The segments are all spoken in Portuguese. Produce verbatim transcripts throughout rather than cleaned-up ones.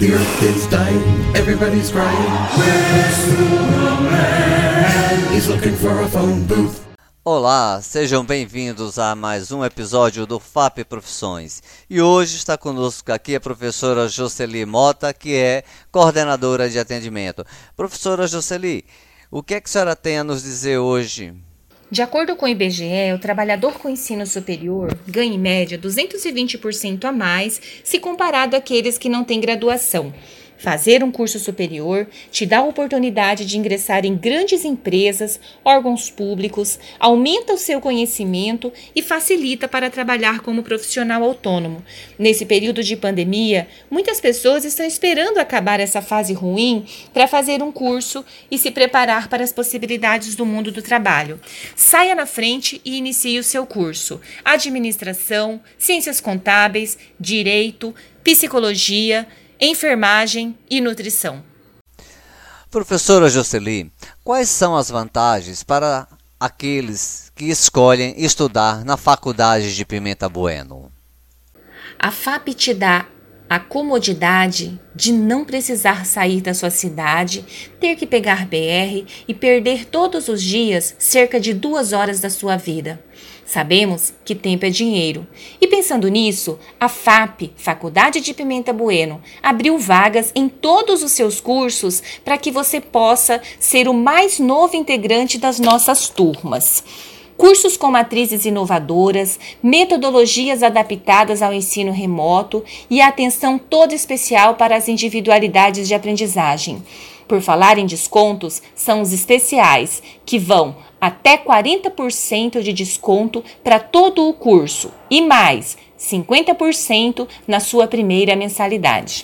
The earth is dying, everybody's crying. Where's Superman? He's looking for a phone booth. Olá, sejam bem-vindos a mais um episódio do F A P Profissões. E hoje está conosco aqui a professora Jocely Mota, que é coordenadora de atendimento. Professora Jocely, o que é que a senhora tem a nos dizer hoje? De acordo com o I B G E, o trabalhador com ensino superior ganha em média duzentos e vinte por cento a mais se comparado àqueles que não têm graduação. Fazer um curso superior te dá a oportunidade de ingressar em grandes empresas, órgãos públicos, aumenta o seu conhecimento e facilita para trabalhar como profissional autônomo. Nesse período de pandemia, muitas pessoas estão esperando acabar essa fase ruim para fazer um curso e se preparar para as possibilidades do mundo do trabalho. Saia na frente e inicie o seu curso. Administração, Ciências Contábeis, Direito, Psicologia, enfermagem e nutrição. Professora Jocely, quais são as vantagens para aqueles que escolhem estudar na Faculdade de Pimenta Bueno? A F A P te dá a comodidade de não precisar sair da sua cidade, ter que pegar B R e perder todos os dias cerca de duas horas da sua vida. Sabemos que tempo é dinheiro. E pensando nisso, a F A P, Faculdade de Pimenta Bueno, abriu vagas em todos os seus cursos para que você possa ser o mais novo integrante das nossas turmas. Cursos com matrizes inovadoras, metodologias adaptadas ao ensino remoto e atenção toda especial para as individualidades de aprendizagem. Por falar em descontos, são os especiais, que vão até quarenta por cento de desconto para todo o curso e mais cinquenta por cento na sua primeira mensalidade.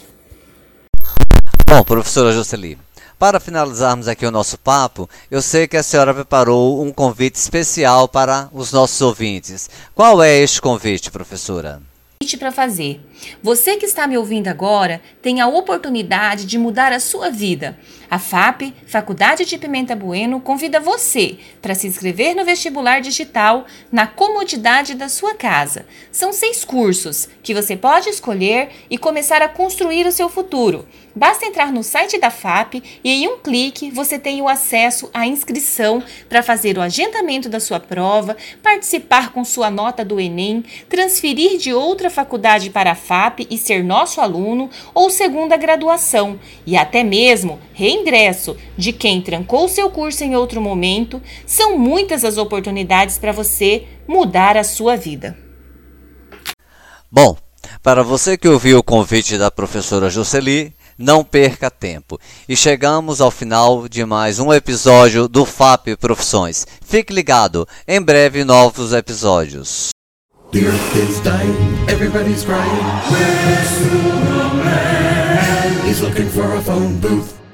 Bom, professora Jocely, para finalizarmos aqui o nosso papo, eu sei que a senhora preparou um convite especial para os nossos ouvintes. Qual é este convite, professora? Para fazer. Você que está me ouvindo agora tem a oportunidade de mudar a sua vida. A F A P, Faculdade de Pimenta Bueno, convida você para se inscrever no vestibular digital na comodidade da sua casa. São seis cursos que você pode escolher e começar a construir o seu futuro. Basta entrar no site da F A P e em um clique você tem o acesso à inscrição para fazer o agendamento da sua prova, participar com sua nota do Enem, transferir de outra faculdade para a F A P e ser nosso aluno ou segunda graduação e até mesmo reingresso de quem trancou seu curso em outro momento. São muitas as oportunidades para você mudar a sua vida. Bom, para você que ouviu o convite da professora Jocely, não perca tempo. E chegamos ao final de mais um episódio do F A P Profissões. Fique ligado, em breve novos episódios. The earth is dying, everybody's crying. Where's Superman? He's looking for a phone booth.